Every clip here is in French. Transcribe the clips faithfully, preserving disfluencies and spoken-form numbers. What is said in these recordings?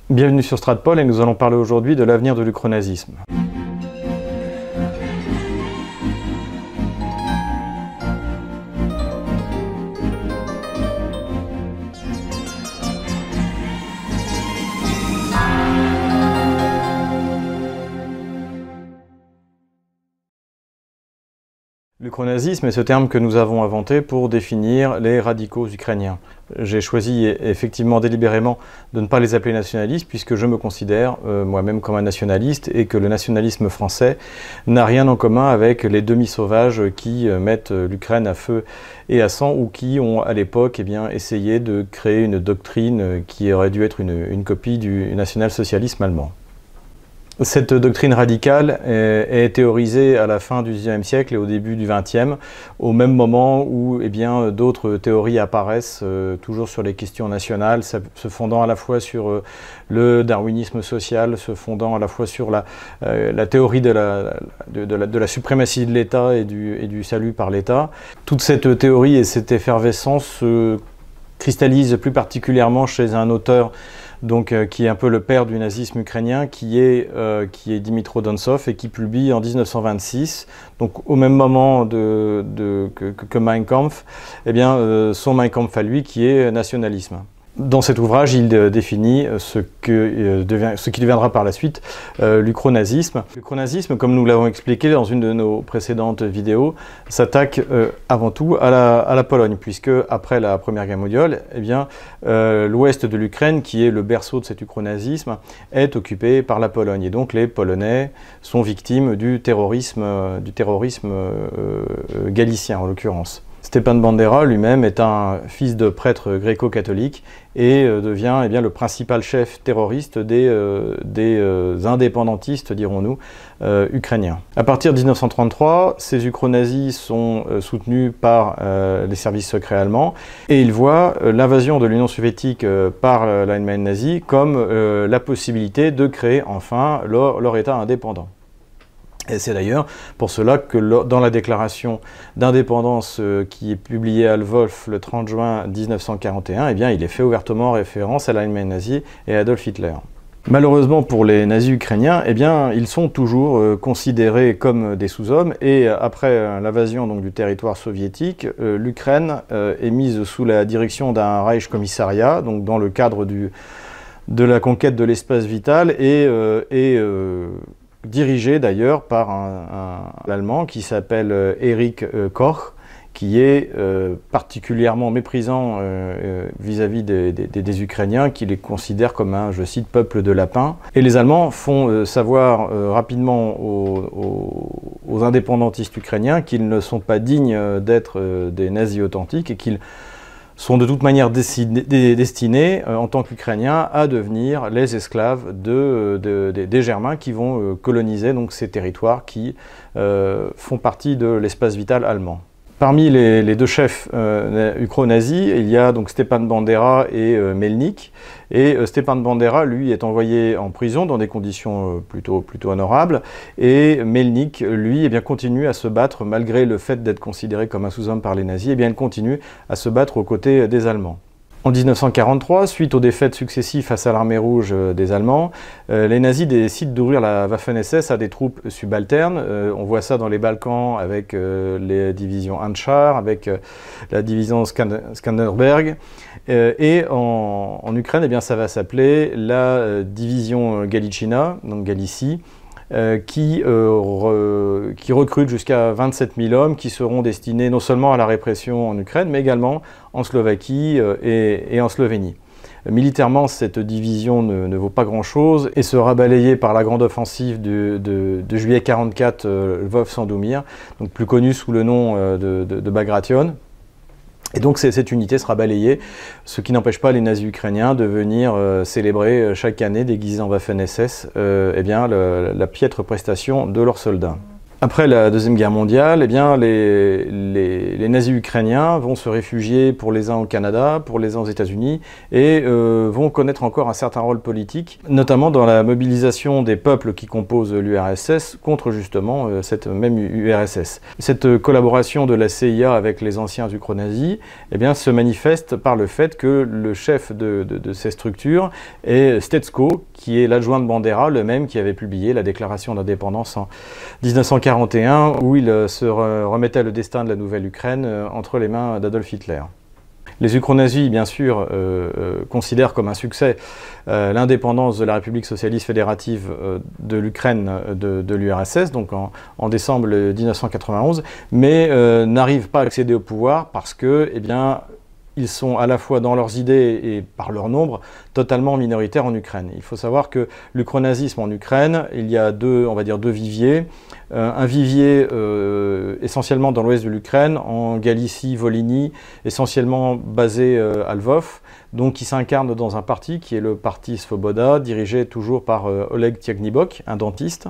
Bienvenue sur Stratpol et nous allons parler aujourd'hui de l'avenir de l'ukronazisme. L'ukronazisme est ce terme que nous avons inventé pour définir les radicaux ukrainiens. J'ai choisi effectivement délibérément de ne pas les appeler nationalistes puisque je me considère euh, moi-même comme un nationaliste et que le nationalisme français n'a rien en commun avec les demi-sauvages qui euh, mettent l'Ukraine à feu et à sang ou qui ont à l'époque eh bien, essayé de créer une doctrine qui aurait dû être une, une copie du national-socialisme allemand. Cette doctrine radicale est, est théorisée à la fin du dix-neuvième siècle et au début du vingtième, au même moment où eh bien, d'autres théories apparaissent, euh, toujours sur les questions nationales, se fondant à la fois sur euh, le darwinisme social, se fondant à la fois sur la, euh, la théorie de la, de, de, la, de la suprématie de l'État et du, et du salut par l'État. Toute cette théorie et cette effervescence se cristallise plus particulièrement chez un auteur donc, euh, qui est un peu le père du nazisme ukrainien, qui est, euh, qui est Dimitro Dontsov et qui publie en mille neuf cent vingt-six, donc au même moment de, de, que, que Mein Kampf, eh bien, euh, son Mein Kampf à lui qui est nationalisme. Dans cet ouvrage, il euh, définit ce, que, euh, devient, ce qui deviendra par la suite euh, l'ukronazisme. L'ukronazisme, comme nous l'avons expliqué dans une de nos précédentes vidéos, s'attaque euh, avant tout à la, à la Pologne, puisque après la Première Guerre mondiale, eh bien, euh, l'ouest de l'Ukraine, qui est le berceau de cet ukronazisme, est occupé par la Pologne. Et donc les Polonais sont victimes du terrorisme, euh, du terrorisme euh, euh, galicien en l'occurrence. Stepan Bandera lui-même est un fils de prêtre gréco-catholique et euh, devient eh bien, le principal chef terroriste des, euh, des euh, indépendantistes, dirons-nous, euh, ukrainiens. À partir de mille neuf cent trente-trois, ces ukronazis sont euh, soutenus par euh, les services secrets allemands et ils voient euh, l'invasion de l'Union soviétique euh, par l'Allemagne nazie comme euh, la possibilité de créer enfin leur, leur État indépendant. Et c'est d'ailleurs pour cela que dans la déclaration d'indépendance qui est publiée à Lvov le trente juin mille neuf cent quarante et un, eh bien, il est fait ouvertement référence à l'Allemagne nazie et à Adolf Hitler. Malheureusement pour les nazis ukrainiens, eh bien, ils sont toujours euh, considérés comme des sous-hommes et après euh, l'invasion donc, du territoire soviétique, euh, l'Ukraine euh, est mise sous la direction d'un Reich Commissariat, donc dans le cadre du, de la conquête de l'espace vital et, euh, et euh, dirigé d'ailleurs par un, un Allemand qui s'appelle euh, Erich euh, Koch, qui est euh, particulièrement méprisant euh, vis-à-vis des, des, des Ukrainiens, qui les considère comme un, je cite, peuple de lapins. Et les Allemands font euh, savoir euh, rapidement aux, aux, aux indépendantistes ukrainiens qu'ils ne sont pas dignes d'être euh, des nazis authentiques et qu'ils sont de toute manière destinés, euh, en tant qu'Ukrainiens, à devenir les esclaves de, de, de, des Germains qui vont euh, coloniser donc, ces territoires qui euh, font partie de l'espace vital allemand. Parmi les, les deux chefs euh, ukro-nazis, il y a donc Stepan Bandera et euh, Melnik. Et euh, Stepan Bandera, lui, est envoyé en prison dans des conditions euh, plutôt, plutôt honorables. Et Melnik, lui, eh bien, continue à se battre, malgré le fait d'être considéré comme un sous-homme par les nazis, eh bien, il continue à se battre aux côtés des Allemands. En mille neuf cent quarante-trois, suite aux défaites successives face à l'armée rouge euh, des Allemands, euh, les nazis décident d'ouvrir la Waffen-S S à des troupes subalternes. Euh, on voit ça dans les Balkans avec euh, les divisions Handschar, avec euh, la division Skanderberg. Euh, et en, en Ukraine, eh bien, ça va s'appeler la euh, division Galicina, donc Galicie, Euh, qui, euh, re, qui recrutent jusqu'à vingt-sept mille hommes qui seront destinés non seulement à la répression en Ukraine, mais également en Slovaquie euh, et, et en Slovénie. Euh, militairement, cette division ne, ne vaut pas grand-chose et sera balayée par la grande offensive de, de, de juillet quarante-quatre, euh, Lvov-Sandomir, donc plus connue sous le nom euh, de, de, de Bagration. Et donc cette unité sera balayée, ce qui n'empêche pas les nazis ukrainiens de venir euh, célébrer chaque année, déguisés en Waffen-S S, euh, eh bien, le, la piètre prestation de leurs soldats. Après la Deuxième Guerre mondiale, eh bien, les, les, les nazis ukrainiens vont se réfugier pour les uns au Canada, pour les uns aux États-Unis, et euh, vont connaître encore un certain rôle politique, notamment dans la mobilisation des peuples qui composent l'U R S S contre justement euh, cette même U R S S. Cette collaboration de la C I A avec les anciens ukronazis eh bien, se manifeste par le fait que le chef de, de, de ces structures est Stetsko, qui est l'adjoint de Bandera, le même qui avait publié la déclaration d'indépendance en mille neuf cent quarante et un, où il se remettait le destin de la Nouvelle-Ukraine entre les mains d'Adolf Hitler. Les ukronazis, bien sûr, euh, euh, considèrent comme un succès euh, l'indépendance de la République socialiste fédérative euh, de l'Ukraine de, de l'U R S S, donc en, en décembre mille neuf cent quatre-vingt-onze, mais euh, n'arrivent pas à accéder au pouvoir parce que, eh bien, ils sont à la fois dans leurs idées et par leur nombre totalement minoritaires en Ukraine. Il faut savoir que l'ukronazisme en Ukraine, il y a deux, on va dire deux viviers. Euh, un vivier euh, essentiellement dans l'ouest de l'Ukraine, en Galicie, Volhynie, essentiellement basé euh, à Lvov, donc qui s'incarne dans un parti qui est le parti Svoboda, dirigé toujours par euh, Oleg Tiagnibok, un dentiste.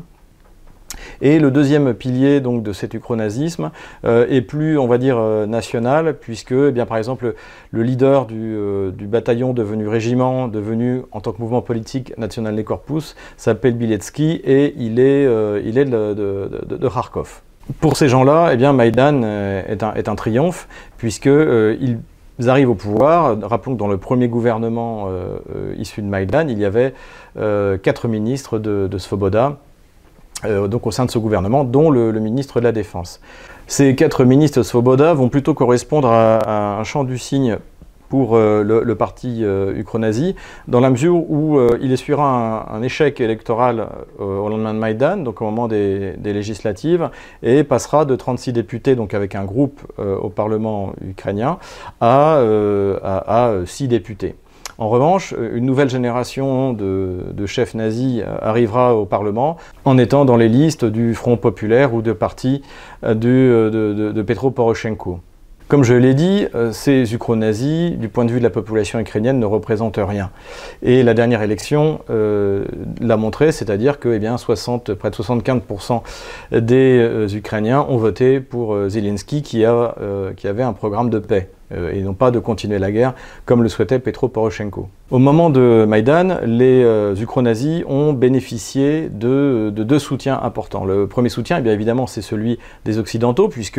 Et le deuxième pilier donc, de cet ukronazisme euh, est plus, on va dire, euh, national, puisque, eh bien, par exemple, le leader du, euh, du bataillon devenu régiment, devenu en tant que mouvement politique Nationalny Korpus, s'appelle Bilecki et il est, euh, il est de, de, de, de Kharkov. Pour ces gens-là, eh bien, Maïdan est un, est un triomphe, puisqu'ils euh, Ils arrivent au pouvoir. Rappelons que dans le premier gouvernement euh, euh, issu de Maïdan, il y avait euh, quatre ministres de, de Svoboda, Euh, donc au sein de ce gouvernement, dont le, le ministre de la Défense. Ces quatre ministres Svoboda vont plutôt correspondre à, à un champ du cygne pour euh, le, le parti euh, ukronazi, dans la mesure où euh, il essuiera un, un échec électoral euh, au lendemain de Maïdan, donc au moment des, des législatives, et passera de trente-six députés, donc avec un groupe euh, au Parlement ukrainien, à, euh, à, à six députés. En revanche, une nouvelle génération de, de chefs nazis arrivera au Parlement en étant dans les listes du Front populaire ou de partis du, de, de, de Petro Poroshenko. Comme je l'ai dit, ces ukronazis, du point de vue de la population ukrainienne, ne représentent rien. Et la dernière élection euh, l'a montré, c'est-à-dire que eh bien, soixante, près de soixante-quinze pour cent des euh, Ukrainiens ont voté pour euh, Zelensky qui, a, euh, qui avait un programme de paix. Euh, et non pas de continuer la guerre comme le souhaitait Petro Poroshenko. Au moment de Maïdan, les euh, ukronazis ont bénéficié de, de deux soutiens importants. Le premier soutien, eh bien évidemment, c'est celui des Occidentaux, puisque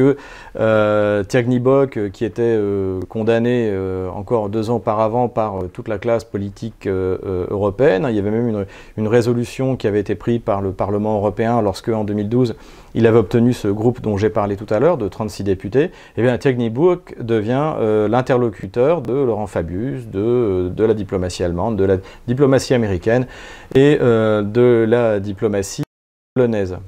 euh, Tiagnibok, qui était euh, condamné euh, encore deux ans auparavant par euh, toute la classe politique euh, euh, européenne, il y avait même une, une résolution qui avait été prise par le Parlement européen lorsque, en deux mille douze, il avait obtenu ce groupe dont j'ai parlé tout à l'heure, de trente-six députés. Eh bien, Tiagnibok devient euh, l'interlocuteur de Laurent Fabius, de, de la diplomatie allemande, de la diplomatie américaine et euh, de la diplomatie polonaise.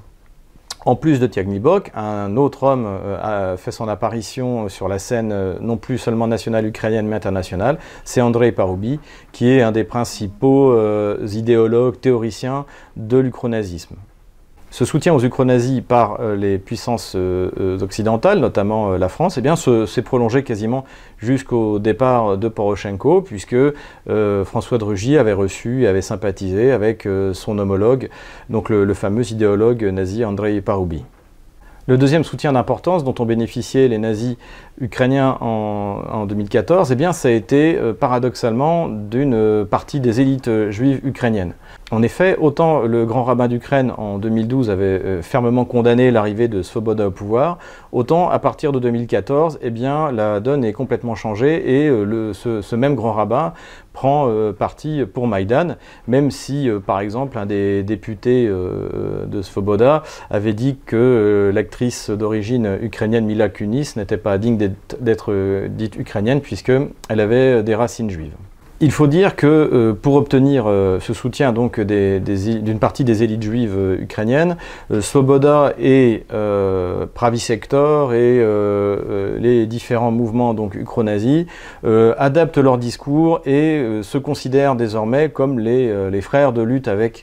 En plus de Tiagnibok, un autre homme euh, a fait son apparition sur la scène euh, non plus seulement nationale ukrainienne mais internationale, c'est Andrei Paroubi, qui est un des principaux euh, idéologues, théoriciens de l'ukronazisme. Ce soutien aux ukronazis par euh, les puissances euh, occidentales, notamment euh, la France, eh bien, s'est prolongé quasiment jusqu'au départ de Poroshenko, puisque euh, François de Rugy avait reçu et avait sympathisé avec euh, son homologue, donc le, le fameux idéologue nazi Andrei Paroubi. Le deuxième soutien d'importance dont ont bénéficié les nazis ukrainiens en, en deux mille quatorze, eh bien, ça a été euh, paradoxalement d'une partie des élites juives ukrainiennes. En effet, autant le grand rabbin d'Ukraine en deux mille douze avait euh, fermement condamné l'arrivée de Svoboda au pouvoir, autant à partir de deux mille quatorze, eh bien, la donne est complètement changée et euh, le, ce, ce même grand rabbin prend euh, parti pour Maïdan, même si, euh, par exemple, un des députés euh, de Svoboda avait dit que euh, l'actrice d'origine ukrainienne Mila Kunis n'était pas digne d'être euh, dite ukrainienne puisqu'elle avait des racines juives. Il faut dire que euh, pour obtenir euh, ce soutien donc d'une partie des élites juives euh, ukrainiennes, euh, Svoboda et euh, Pravi Sector et euh, euh, les différents mouvements donc ukronazis euh, adaptent leur discours et euh, se considèrent désormais comme les, euh, les frères de lutte avec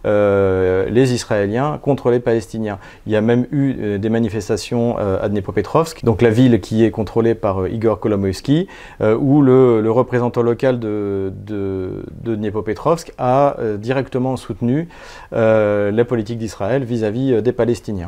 euh, les Israéliens contre les Palestiniens. Il y a même eu euh, des manifestations euh, à Dnepropetrovsk, donc la ville qui est contrôlée par euh, Igor Kolomoïski, euh, où le, le représentant local de de, de Dnepropetrovsk a euh, directement soutenu euh, la politique d'Israël vis-à-vis des Palestiniens.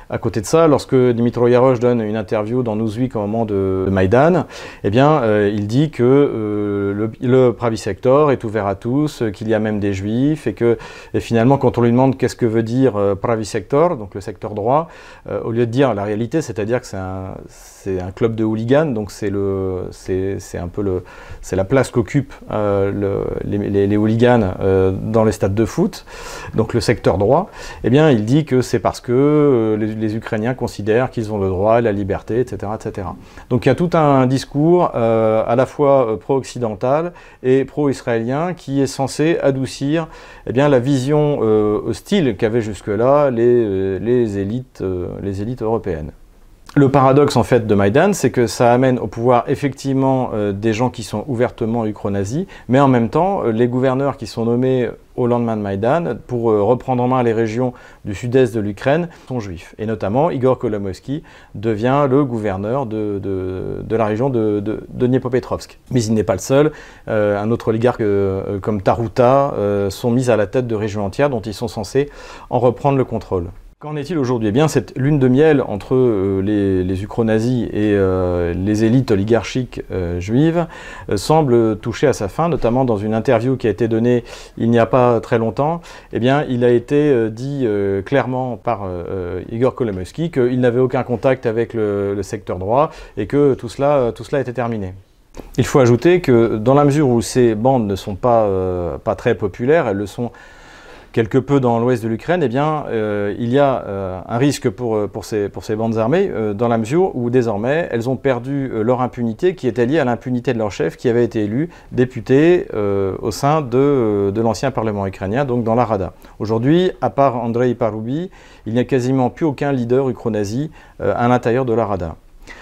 À côté de ça, lorsque Dmytro Yarosh donne une interview dans Newsweek au moment de, de Maïdan, eh bien, euh, il dit que euh, le, le Pravi Sector est ouvert à tous, euh, qu'il y a même des juifs, et que et finalement, quand on lui demande qu'est-ce que veut dire euh, Pravi Sector, donc le secteur droit, euh, au lieu de dire la réalité, c'est-à-dire que c'est un, c'est un club de hooligans, donc c'est le, c'est, c'est un peu le, c'est la place qu'occupent euh, le, les, les, les hooligans euh, dans les stades de foot, donc le secteur droit. Eh bien, il dit que c'est parce que euh, les, les Ukrainiens considèrent qu'ils ont le droit, la liberté, et cetera, et cetera. Donc il y a tout un discours euh, à la fois euh, pro-occidental et pro-israélien qui est censé adoucir eh bien, la vision euh, hostile qu'avaient jusque-là les, euh, les, élites, euh, les élites européennes. Le paradoxe en fait de Maïdan, c'est que ça amène au pouvoir effectivement euh, des gens qui sont ouvertement ukro-nazis, mais en même temps, euh, les gouverneurs qui sont nommés au lendemain de Maïdan pour euh, reprendre en main les régions du sud-est de l'Ukraine sont juifs. Et notamment, Igor Kolomoïski devient le gouverneur de, de, de la région de, de, de Dniepropetrovsk. Mais il n'est pas le seul. Euh, un autre oligarque euh, comme Taruta euh, sont mis à la tête de régions entières dont ils sont censés en reprendre le contrôle. Qu'en est-il aujourd'hui? Eh bien, cette lune de miel entre euh, les, les ukro-nazis et euh, les élites oligarchiques euh, juives euh, semble toucher à sa fin, notamment dans une interview qui a été donnée il n'y a pas très longtemps. Eh bien, il a été euh, dit euh, clairement par euh, Igor Kolomoïski qu'il n'avait aucun contact avec le, le secteur droit et que tout cela, tout cela était terminé. Il faut ajouter que dans la mesure où ces bandes ne sont pas, euh, pas très populaires, elles le sont quelque peu dans l'ouest de l'Ukraine, eh bien, euh, il y a euh, un risque pour, pour, ces, pour ces bandes armées, euh, dans la mesure où désormais, elles ont perdu euh, leur impunité, qui était liée à l'impunité de leur chef, qui avait été élu député euh, au sein de, de l'ancien Parlement ukrainien, donc dans la Rada. Aujourd'hui, à part Andrei Parubi, il n'y a quasiment plus aucun leader ukro-nazi euh, à l'intérieur de la Rada.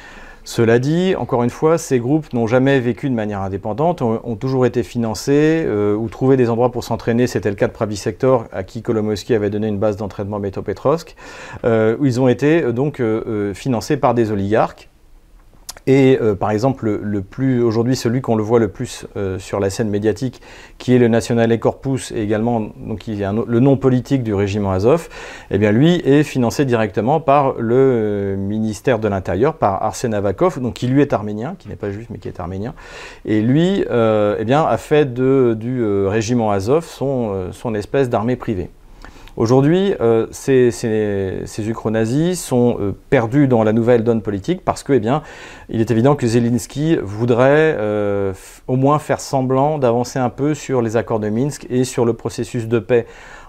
Cela dit, encore une fois, ces groupes n'ont jamais vécu de manière indépendante, ont, ont toujours été financés euh, ou trouvé des endroits pour s'entraîner. C'était le cas de Pravi Sector, à qui Kolomoïski avait donné une base d'entraînement à Dniepropetrovsk, euh, où ils ont été euh, donc euh, financés par des oligarques. Et euh, par exemple, le, le plus aujourd'hui, celui qu'on le voit le plus euh, sur la scène médiatique, qui est le Nationale Korpus, et également donc, qui est un, le nom politique du régiment Azov, eh bien lui est financé directement par le euh, ministère de l'Intérieur, par Arsen Avakov, donc qui lui est arménien, qui n'est pas juif mais qui est arménien, et lui euh, eh bien, a fait de, du euh, régiment Azov son, euh, son espèce d'armée privée. Aujourd'hui, euh, ces, ces, ces ukro-nazis sont euh, perdus dans la nouvelle donne politique parce que, eh bien, il est évident que Zelensky voudrait euh, au moins faire semblant d'avancer un peu sur les accords de Minsk et sur le processus de paix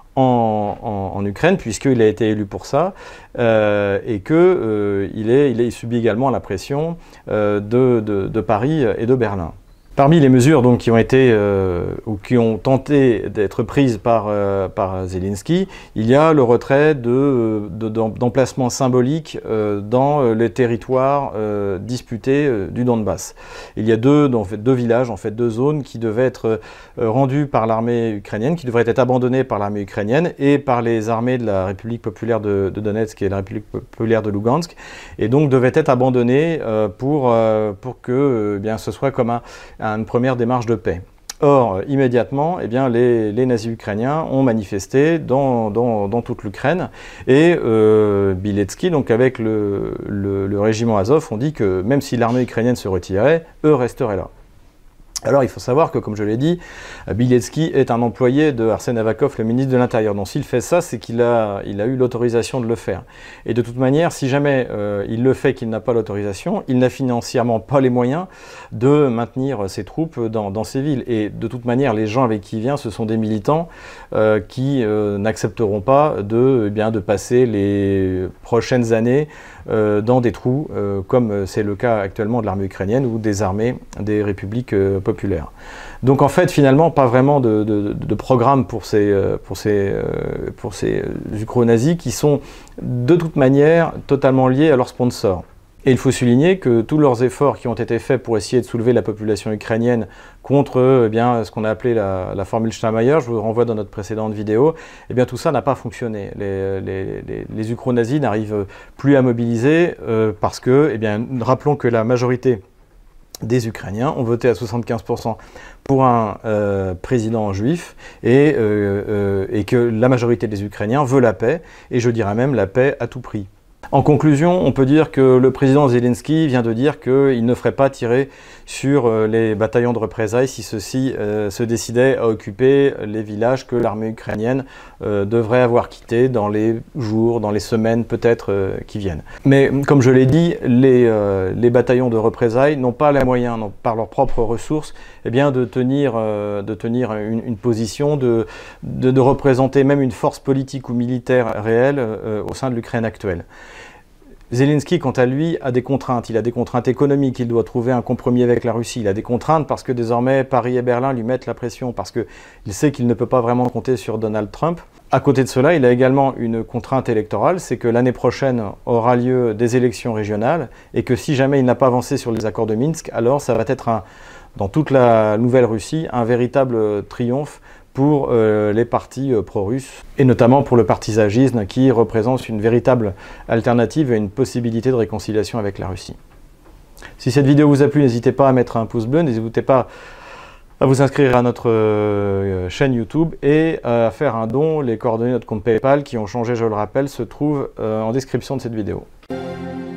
en, en, en Ukraine, puisqu'il a été élu pour ça, euh, et qu'il euh, il est, il est, il subit également la pression euh, de, de, de Paris et de Berlin. Parmi les mesures donc, qui ont été euh, ou qui ont tenté d'être prises par, euh, par Zelensky, il y a le retrait de, de, d'emplacements symboliques euh, dans les territoires euh, disputés euh, du Donbass. Il y a deux, en fait, deux villages, en fait, deux zones qui devaient être euh, rendues par l'armée ukrainienne, qui devraient être abandonnées par l'armée ukrainienne et par les armées de la République populaire de, de Donetsk et la République populaire de Lugansk, et donc devaient être abandonnées euh, pour, euh, pour que eh bien, ce soit comme un à une première démarche de paix. Or, immédiatement, eh bien, les, les nazis ukrainiens ont manifesté dans, dans, dans toute l'Ukraine et euh, Bieletsky, donc avec le, le, le régiment Azov, ont dit que même si l'armée ukrainienne se retirait, eux resteraient là. Alors, il faut savoir que, comme je l'ai dit, Bieletsky est un employé de Arsen Avakov, le ministre de l'Intérieur. Donc, s'il fait ça, c'est qu'il a, il a eu l'autorisation de le faire. Et de toute manière, si jamais euh, il le fait qu'il n'a pas l'autorisation, il n'a financièrement pas les moyens de maintenir ses troupes dans, dans ces villes. Et de toute manière, les gens avec qui il vient, ce sont des militants euh, qui euh, n'accepteront pas de, eh bien, de passer les prochaines années euh, dans des trous, euh, comme c'est le cas actuellement de l'armée ukrainienne ou des armées des républiques euh, populaire. Donc en fait, finalement, pas vraiment de, de, de programme pour ces, pour ces, pour ces ukro-nazis qui sont de toute manière totalement liés à leurs sponsors. Et il faut souligner que tous leurs efforts qui ont été faits pour essayer de soulever la population ukrainienne contre eh bien, ce qu'on a appelé la, la formule Steinmeier, je vous renvoie dans notre précédente vidéo, eh bien tout ça n'a pas fonctionné. Les, les, les, les ukro-nazis n'arrivent plus à mobiliser euh, parce que, eh bien, rappelons que la majorité des Ukrainiens ont voté à soixante-quinze pour cent pour un euh, président juif et, euh, euh, et que la majorité des Ukrainiens veut la paix, et je dirais même la paix à tout prix. En conclusion, on peut dire que le président Zelensky vient de dire qu'il ne ferait pas tirer sur les bataillons de représailles si ceux-ci euh, se décidaient à occuper les villages que l'armée ukrainienne euh, devrait avoir quittés dans les jours, dans les semaines peut-être euh, qui viennent. Mais comme je l'ai dit, les, euh, les bataillons de représailles n'ont pas les moyens, non, par leurs propres ressources, eh bien, de tenir, euh, de tenir une, une position, de, de, de représenter même une force politique ou militaire réelle euh, au sein de l'Ukraine actuelle. Zelensky, quant à lui, a des contraintes. Il a des contraintes économiques, il doit trouver un compromis avec la Russie. Il a des contraintes parce que désormais Paris et Berlin lui mettent la pression, parce qu'il sait qu'il ne peut pas vraiment compter sur Donald Trump. À côté de cela, il a également une contrainte électorale, c'est que l'année prochaine aura lieu des élections régionales et que si jamais il n'a pas avancé sur les accords de Minsk, alors ça va être, un, dans toute la Nouvelle-Russie, un véritable triomphe pour euh, les partis euh, pro-russes, et notamment pour le parti Zagizn, qui représente une véritable alternative et une possibilité de réconciliation avec la Russie. Si cette vidéo vous a plu, n'hésitez pas à mettre un pouce bleu, n'hésitez pas à vous inscrire à notre euh, chaîne YouTube et à faire un don. Les coordonnées de notre compte PayPal, qui ont changé, je le rappelle, se trouvent euh, en description de cette vidéo.